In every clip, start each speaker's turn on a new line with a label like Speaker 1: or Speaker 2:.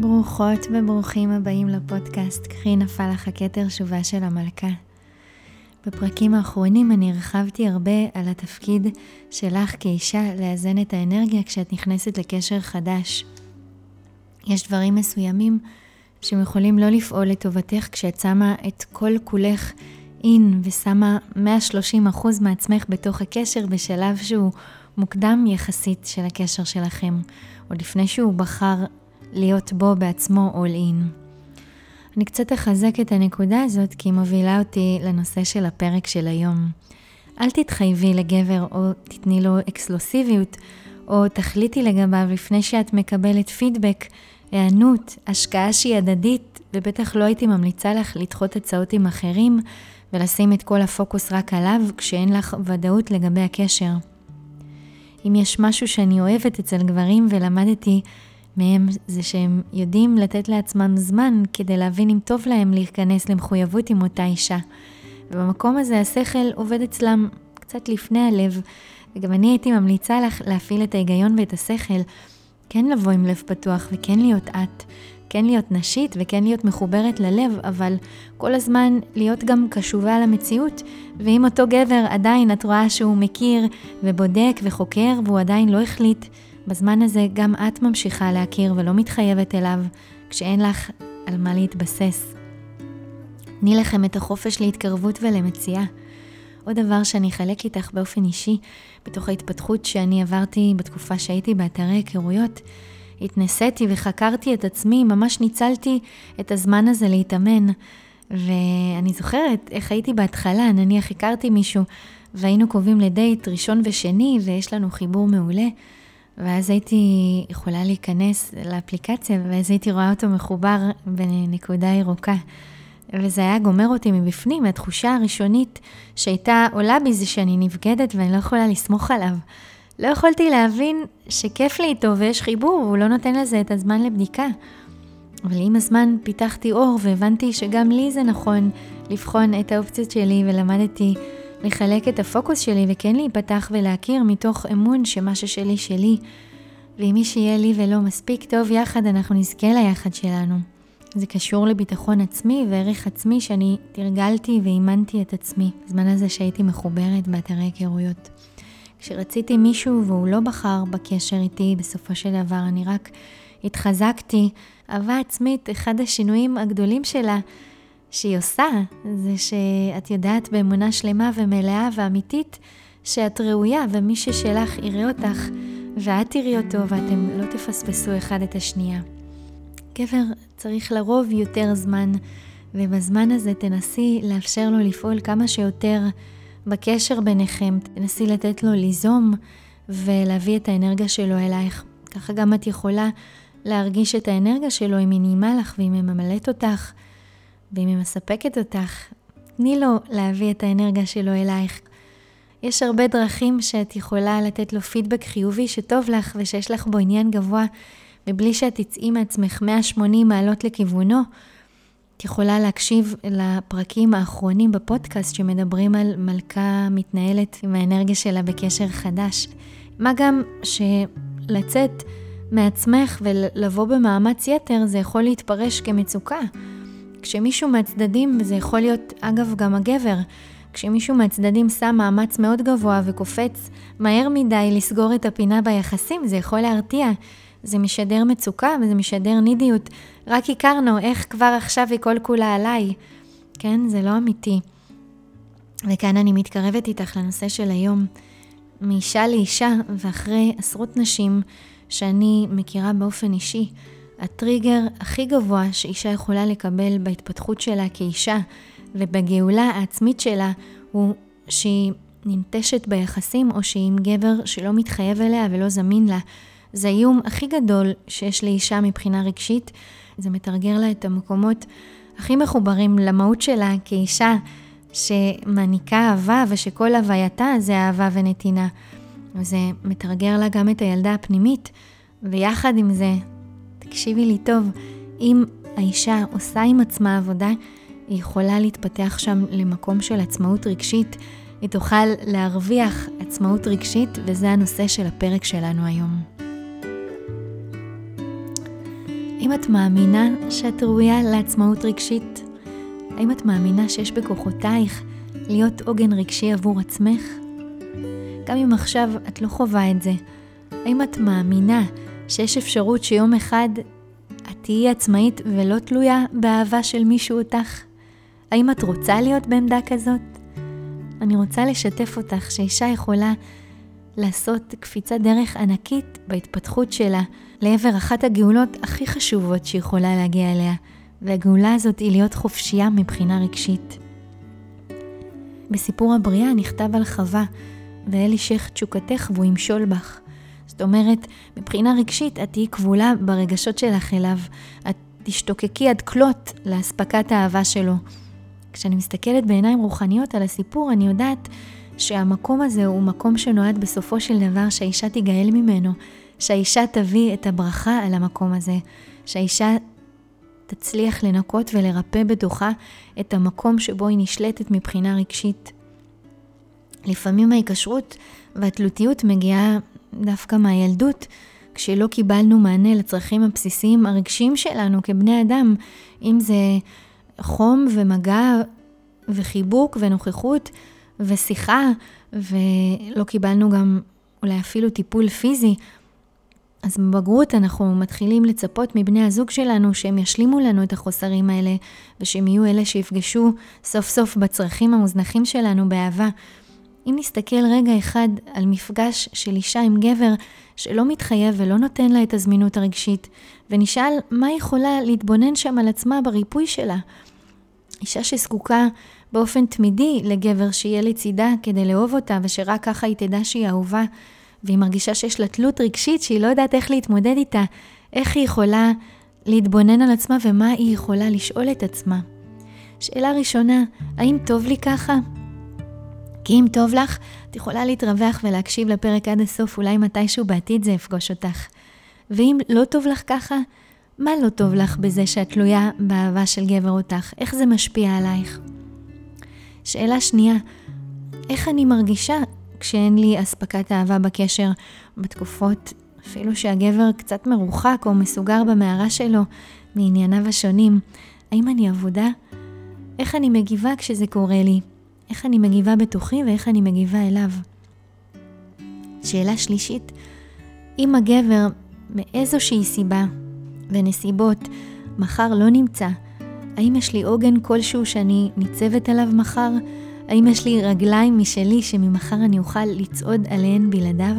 Speaker 1: ברוכות וברוכים הבאים לפודקאסט קחי נפל לך הכתר שובה של המלכה. בפרקים האחרונים אני הרחבתי הרבה על התפקיד שלך כאישה לאזן את האנרגיה כשאת נכנסת לקשר חדש. יש דברים מסוימים שיכולים לא לפעול לטובתך כשאת שמה את כל כולך אין ושמה 130% מעצמך בתוך הקשר בשלב שהוא מוקדם יחסית של הקשר שלכם, או לפני שהוא בחר להיות בו בעצמו all in. אני קצת אחזק את הנקודה הזאת כי היא מובילה אותי לנושא של הפרק של היום. אל תתחייבי לגבר או תתני לו אקסקלוסיביות או תחליטי לגביו לפני שאת מקבלת פידבק, הענות, השקעה שהיא הדדית, ובטח לא הייתי ממליצה לך לדחות הצעות עם אחרים ולשים את כל הפוקוס רק עליו כשאין לך ודאות לגבי הקשר. אם יש משהו שאני אוהבת אצל גברים ולמדתי מהם זה שהם יודעים לתת לעצמם זמן כדי להבין אם טוב להם להיכנס למחויבות עם אותה אישה. ובמקום הזה השכל עובד אצלם קצת לפני הלב, וגם אני הייתי ממליצה לך להפעיל את ההיגיון ואת השכל, כן לבוא עם לב פתוח וכן להיות את, כן להיות נשית וכן להיות מחוברת ללב, אבל כל הזמן להיות גם קשובה למציאות, ואם אותו גבר עדיין את רואה שהוא מכיר ובודק וחוקר והוא עדיין לא החליט, בזמן הזה גם את ממשיכה להכיר ולא מתחייבת אליו כשאין לך על מה להתבסס. תני לכם את החופש להתקרבות ולמציאה. עוד דבר שאני אחלק איתך באופן אישי, בתוך ההתפתחות שאני עברתי בתקופה שהייתי באתרי היכרויות, התנסיתי וחקרתי את עצמי, ממש ניצלתי את הזמן הזה להתאמן. ואני זוכרת איך הייתי בהתחלה, נניח הכרתי מישהו והיינו קובעים לדייט ראשון ושני ויש לנו חיבור מעולה, ואז הייתי יכולה להיכנס לאפליקציה ואז הייתי רואה אותו מחובר בנקודה ירוקה. וזה היה גומר אותי מבפנים, התחושה הראשונית שהייתה עולה בי זה שאני נבגדת ואני לא יכולה לסמוך עליו. לא יכולתי להבין שכיף לי איתו ויש חיבור והוא לא נותן לזה את הזמן לבדיקה. אבל עם הזמן פיתחתי אור והבנתי שגם לי זה נכון לבחון את האופציות שלי ולמדתי לחלק את הפוקוס שלי וכן להיפתח ולהכיר מתוך אמון שמה ששלי שלי. ואם מי שיהיה לי ולא מספיק טוב יחד אנחנו נזכה ליחד שלנו. זה קשור לביטחון עצמי וערך עצמי שאני תרגלתי ואימנתי את עצמי. בזמן הזה שהייתי מחוברת באתרי היכרויות. כשרציתי מישהו והוא לא בחר בקשר איתי, בסופו של דבר אני רק התחזקתי. אהבה עצמית, אחד השינויים הגדולים שלה שהיא עושה, זה שאת יודעת באמונה שלמה ומלאה ואמיתית שאת ראויה ומי ששלך יראה אותך ואת תראי אותו ואתם לא תפספסו אחד את השנייה. גבר צריך לרוב יותר זמן, ובזמן הזה תנסי לאפשר לו לפעול כמה שיותר בקשר ביניכם, תנסי לתת לו ליזום ולהביא את האנרגיה שלו אלייך. ככה גם את יכולה להרגיש את האנרגיה שלו אם היא נעימה לך ואם היא ממלאת אותך ואם היא מספקת אותך. תני לו להביא את האנרגיה שלו אלייך. יש הרבה דרכים שאת יכולה לתת לו פידבק חיובי שטוב לך ושיש לך בו עניין גבוה, מבלי שאת תצאי מעצמך 180 מעלות לכיוונו. את יכולה להקשיב לפרקים האחרונים בפודקאסט שמדברים על מלכה מתנהלת עם האנרגיה שלה בקשר חדש. מה גם שלצאת מעצמך ולבוא במאמץ יתר זה יכול להתפרש כמצוקה. כשמישהו מהצדדים, וזה יכול להיות אגב גם הגבר, כשמישהו מהצדדים שם מאמץ מאוד גבוה וקופץ מהר מדי לסגור את הפינה ביחסים, זה יכול להרתיע. זה משדר מצוקה וזה משדר נידיות. רק הכרנו איך כבר עכשיו היא כל כולה עליי. כן, זה לא אמיתי. וכאן אני מתקרבת איתך לנושא של היום. מאישה לאישה ואחרי עשרות נשים שאני מכירה באופן אישי, הטריגר הכי גבוה שאישה יכולה לקבל בהתפתחות שלה כאישה ובגאולה העצמית שלה הוא שהיא ננטשת ביחסים או שהיא עם גבר שלא מתחייב אליה ולא זמין לה. זה האיום הכי גדול שיש לאישה מבחינה רגשית. זה מתרגר לה את המקומות הכי מחוברים למהות שלה כאישה שמעניקה אהבה ושכל הווייתה זה אהבה ונתינה. וזה מתרגר לה גם את הילדה הפנימית. ויחד עם זה, תקשיבי לי טוב, אם האישה עושה עם עצמה עבודה, היא יכולה להתפתח שם למקום של עצמאות רגשית. היא תוכל להרוויח עצמאות רגשית, וזה הנושא של הפרק שלנו היום. האם את מאמינה שאת ראויה לעצמאות רגשית? האם את מאמינה שיש בכוחותייך להיות עוגן רגשי עבור עצמך? גם אם עכשיו את לא חווה את זה, האם את מאמינה שיש אפשרות שיום אחד את תהיי עצמאית ולא תלויה באהבה של מישהו אותך? האם את רוצה להיות בעמדה כזאת? אני רוצה לשתף אותך שאישה יכולה לעשות קפיצת דרך ענקית בהתפתחות שלה לעבר אחת הגאולות הכי חשובות שיכולה להגיע אליה, והגאולה הזאת היא להיות חופשייה מבחינה רגשית. בסיפור הבריאה נכתב על חווה, ואל ישך תשוקתך והוא ימשול בך. זאת אומרת, מבחינה רגשית את תהיי כבולה ברגשות שלך אליו, את תשתוקקי עד כלות להספקת האהבה שלו. כשאני מסתכלת בעיניים רוחניות על הסיפור, אני יודעת שהמקום הזה הוא מקום שנועד בסופו של דבר שהאישה תיגאל ממנו, שהאישה תביא את הברכה על המקום הזה, שהאישה תצליח לנקות ולרפא בתוכה את המקום שבו היא נשלטת מבחינה רגשית. לפעמים ההיקשרות והתלותיות מגיעה דווקא מהילדות, כשלא קיבלנו מענה לצרכים הבסיסיים הרגשיים שלנו כבני אדם, אם זה חום ומגע וחיבוק ונוכחות ושיחה, ולא קיבלנו גם אולי אפילו טיפול פיזי. אז בבגרות אנחנו מתחילים לצפות מבני הזוג שלנו שהם ישלימו לנו את החוסרים האלה, ושהם יהיו אלה שיפגשו סוף סוף בצרכים המוזנחים שלנו באהבה. אם נסתכל רגע אחד על מפגש של אישה עם גבר שלא מתחייב ולא נותן לה את הזמינות הרגשית, ונשאל מה יכולה להתבונן שם על עצמה בריפוי שלה. אישה שזקוקה באופן תמידי לגבר שיהיה לצידה כדי לאהוב אותה, ושרק ככה היא תדע שהיא אהובה, והיא מרגישה שיש לה תלות רגשית שהיא לא יודעת איך להתמודד איתה, איך היא יכולה להתבונן על עצמה ומה היא יכולה לשאול את עצמה. שאלה ראשונה, האם טוב לי ככה? כי אם טוב לך, את יכולה להתרווח ולהקשיב לפרק עד הסוף, אולי מתישהו בעתיד זה יפגוש אותך. ואם לא טוב לך ככה, מה לא טוב לך בזה שאת תלויה באהבה של גבר אותך? איך זה משפיע עלייך? שאלה שנייה, איך אני מרגישה כשאין לי אספקת אהבה בקשר בתקופות, אפילו שהגבר קצת מרוחק או מסוגר במערה שלו מענייניו השונים? האם אני עבודה? איך אני מגיבה כשזה קורה לי? איך אני מגיבה בתוכי ואיך אני מגיבה אליו? שאלה שלישית, אם הגבר מאיזושהי סיבה ונסיבות מחר לא נמצא, האם יש לי עוגן כלשהו שאני ניצבת עליו מחר? האם יש לי רגליים משלי שממחר אני אוכל לצעוד עליהן בלעדיו?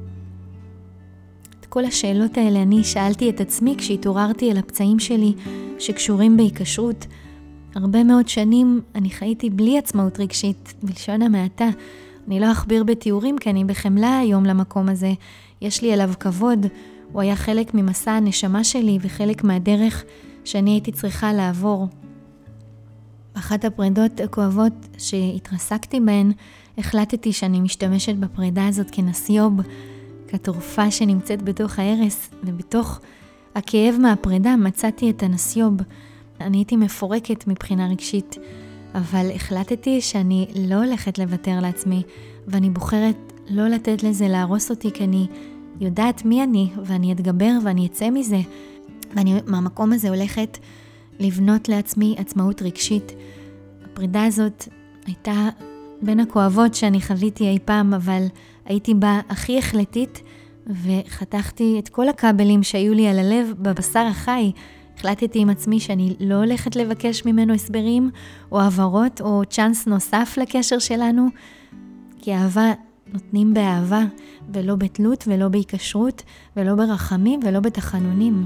Speaker 1: את כל השאלות האלה אני שאלתי את עצמי כשהתעוררתי אל הפצעים שלי שקשורים בהיקשרות. הרבה מאוד שנים אני חייתי בלי עצמאות רגשית, בלשון המעטה. אני לא אכביר בתיאורים כי אני בחמלה היום למקום הזה. יש לי אליו כבוד, הוא היה חלק ממסע הנשמה שלי וחלק מהדרך שאני הייתי צריכה לעבור. באחת הפרידות הכואבות שהתרסקתי בהן, החלטתי שאני משתמשת בפרידה הזאת כנסיוב, כתרופה שנמצאת בתוך ההרס, ובתוך הכאב מהפרידה מצאתי את הנסיוב. אני הייתי מפורקת מבחינה רגשית, אבל החלטתי שאני לא הולכת לוותר לעצמי, ואני בוחרת לא לתת לזה להרוס אותי, כי אני יודעת מי אני, ואני אתגבר ואני אצא מזה, ואני מהמקום הזה הולכת לבנות לעצמי עצמאות רגשית. הפרידה הזאת הייתה בין הכואבות שאני חוויתי אי פעם, אבל הייתי בה הכי החלטית, וחתכתי את כל הכבלים שהיו לי על הלב בבשר החי. החלטתי עם עצמי שאני לא הולכת לבקש ממנו הסברים או עברות או צ'אנס נוסף לקשר שלנו, כי אהבה נותנים באהבה, ולא בתלות ולא בהיקשרות ולא ברחמים ולא בתחנונים.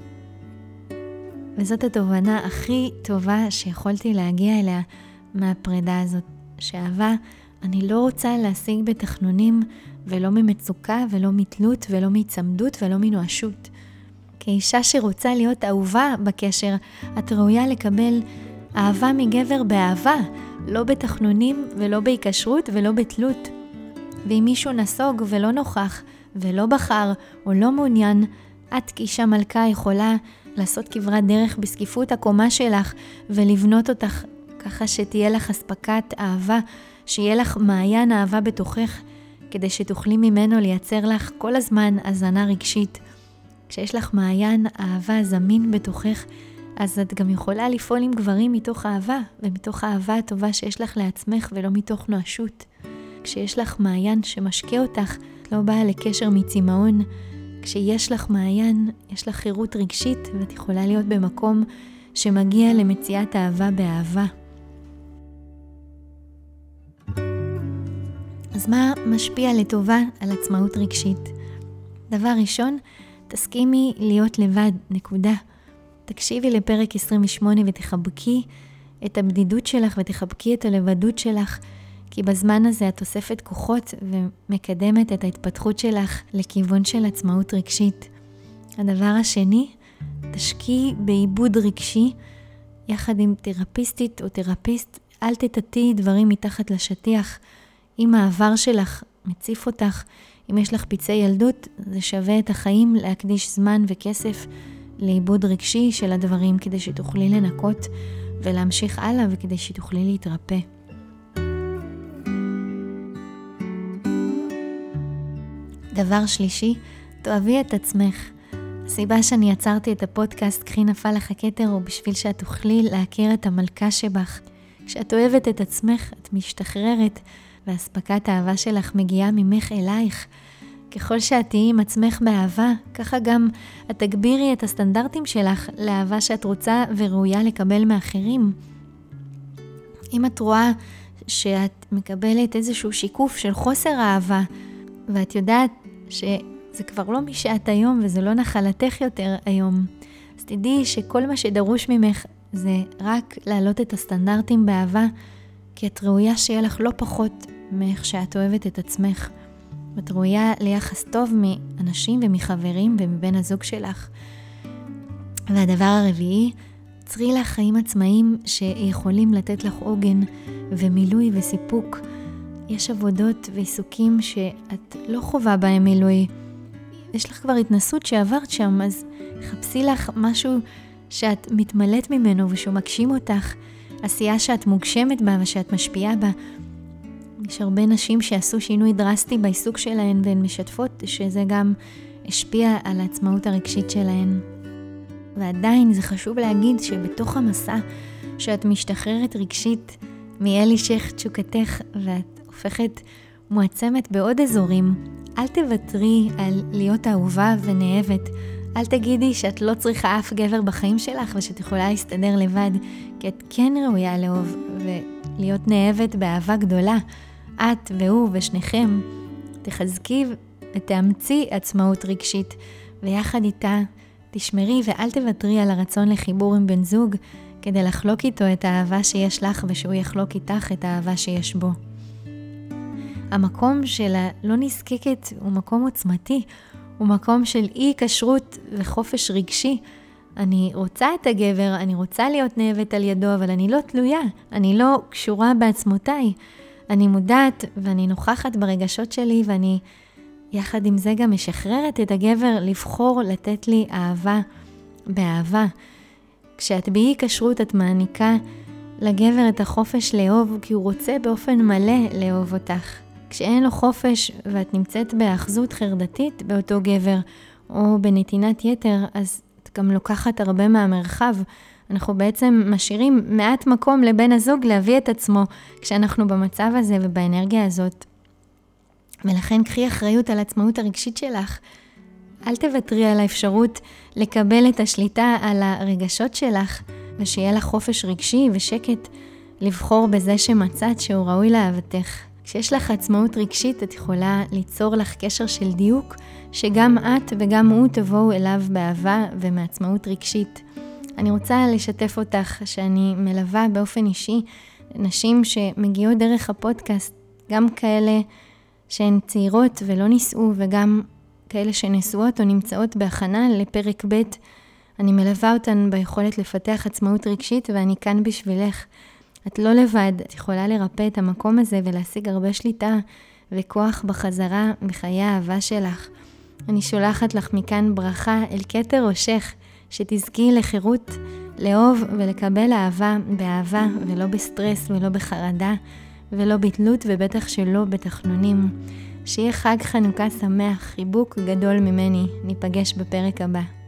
Speaker 1: וזאת התובנה הכי טובה שיכולתי להגיע אליה מהפרידה הזאת, שאהבה אני לא רוצה להשיג בתחנונים ולא ממצוקה ולא מתלות ולא מצמדות ולא מנואשות. כאישה שרוצה להיות אהובה בקשר, את ראויה לקבל אהבה מגבר באהבה, לא בתחנונים ולא בהיקשרות ולא בתלות. ואם מישהו נסוג ולא נוכח ולא בחר או לא מעוניין, את כאישה מלכה יכולה לעשות כברת דרך בסקיפות הקומה שלך ולבנות אותך ככה שתהיה לך אספקת אהבה, שיהיה לך מעיין אהבה בתוכך, כדי שתוכלי ממנו לייצר לך כל הזמן הזנה רגשית. כשיש לך מעיין אהבה זמין בתוכך, אז את גם יכולה לפעול עם גברים מתוך אהבה, ומתוך האהבה הטובה שיש לך לעצמך ולא מתוך נואשות. כשיש לך מעיין שמשקה אותך, את לא באה לקשר מצמאון. כשיש לך מעיין, יש לך חירות רגשית, ואת יכולה להיות במקום שמגיע למציאת אהבה באהבה. אז מה משפיע לטובה על עצמאות רגשית? דבר ראשון, תסכימי להיות לבד, נקודה. תקשיבי לפרק 28 ותחבקי את הבדידות שלך ותחבקי את הלבדות שלך, כי בזמן הזה את אוספת כוחות ומקדמת את ההתפתחות שלך לכיוון של עצמאות רגשית. הדבר השני, תשקיעי בעיבוד רגשי יחד עם תרפיסטית או תרפיסט. אל תטאטי דברים מתחת לשטיח. אם העבר שלך מציף אותך, אם יש לך פצעי ילדות, זה שווה את החיים להקדיש זמן וכסף לעיבוד רגשי של הדברים, כדי שתוכלי לנקות ולהמשיך הלאה, וכדי שתוכלי להתרפא. דבר שלישי, תאהבי את עצמך. הסיבה שאני יצרתי את הפודקאסט קחי נפל לך הכתר הוא בשביל שאת תוכלי להכיר את המלכה שבך. כשאת אוהבת את עצמך, את משתחררת, והספקת האהבה שלך מגיעה ממך אלייך. ככל שאת תהיי עם עצמך באהבה, ככה גם את תגבירי את הסטנדרטים שלך לאהבה שאת רוצה וראויה לקבל מאחרים. אם את רואה שאת מקבלת איזשהו שיקוף של חוסר אהבה, ואת יודעת שזה כבר לא מי שאת היום וזה לא נחלתך יותר היום, אז תדעי שכל מה שדרוש ממך זה רק להעלות את הסטנדרטים באהבה, כי את ראויה שיהיה לך לא פחות מאיך שאת אוהבת את עצמך. ואת ראויה ליחס טוב מאנשים ומחברים ומבן הזוג שלך. והדבר הרביעי, צרי לך חיים עצמאיים שיכולים לתת לך עוגן ומילוי וסיפוק. יש עבודות ועיסוקים שאת לא חובה בהם מילוי. יש לך כבר התנסות שעברת שם, אז חפשי לך משהו שאת מתמלאת ממנו ושהוא מגשים אותך. עשייה שאת מוגשמת בה ושאת משפיעה בה. יש הרבה נשים שעשו שינוי דרסטי בעיסוק שלהן, והן משתפות שזה גם השפיע על העצמאות הרגשית שלהן. ועדיין זה חשוב להגיד שבתוך המסע שאת משתחררת רגשית מאלי שך תשוקתך ואת הופכת מועצמת בעוד אזורים, אל תוותרי על להיות אהובה ונאהבת. אל תגידי שאת לא צריכה אף גבר בחיים שלך ושאת יכולה להסתדר לבד, כי את כן ראויה לאהוב ולהיות נאהבת באהבה גדולה. את והוא ושניכם תחזקי ותאמצי עצמאות רגשית, ויחד איתה תשמרי ואל תוותרי על הרצון לחיבור עם בן זוג, כדי לחלוק איתו את האהבה שיש לך ושהוא יחלוק איתך את האהבה שיש בו. המקום של הלא נזקקת הוא מקום עוצמתי, הוא מקום של אי קשרות וחופש רגשי. אני רוצה את הגבר, אני רוצה להיות נאהבת על ידו, אבל אני לא תלויה, אני לא קשורה בעצמותיי. אני מודעת ואני נוכחת ברגשות שלי, ואני יחד עם זה גם משחררת את הגבר לבחור לתת לי אהבה באהבה. כשאת באי קשרות את מעניקה לגבר את החופש לאהוב, כי הוא רוצה באופן מלא לאהוב אותך. כשאין לו חופש ואת נמצאת באחזות חרדתית באותו גבר או בנתינת יתר, אז את גם לוקחת הרבה מהמרחב. אנחנו בעצם משאירים מעט מקום לבן הזוג להביא את עצמו כשאנחנו במצב הזה ובאנרגיה הזאת. ולכן קחי אחריות על העצמאות הרגשית שלך. אל תוותרי על האפשרות לקבל את השליטה על הרגשות שלך, ושיהיה לך חופש רגשי ושקט לבחור בזה שמצאת שהוא ראוי לאהבתך. כשיש לך עצמאות רגשית, את יכולה ליצור לך קשר של דיוק, שגם את וגם הוא תבואו אליו באהבה ומעצמאות רגשית. אני רוצה לשתף אותך שאני מלווה באופן אישי נשים שמגיעות דרך הפודקאסט, גם כאלה שהן צעירות ולא נישאו, וגם כאלה שנשואות או נמצאות בהכנה לפרק ב'. אני מלווה אותן ביכולת לפתח עצמאות רגשית, ואני כאן בשבילך. את לא לבד, את יכולה לרפא את המקום הזה ולהשיג הרבה שליטה וכוח בחזרה בחיי האהבה שלך. אני שולחת לך מכאן ברכה אל כתר ראשך, שתזכי לחירות, לאהוב ולקבל אהבה באהבה, ולא בסטרס ולא בחרדה ולא בתלות, ובטח שלא בתחנונים. שיהיה חג חנוכה שמח, חיבוק גדול ממני, ניפגש בפרק הבא.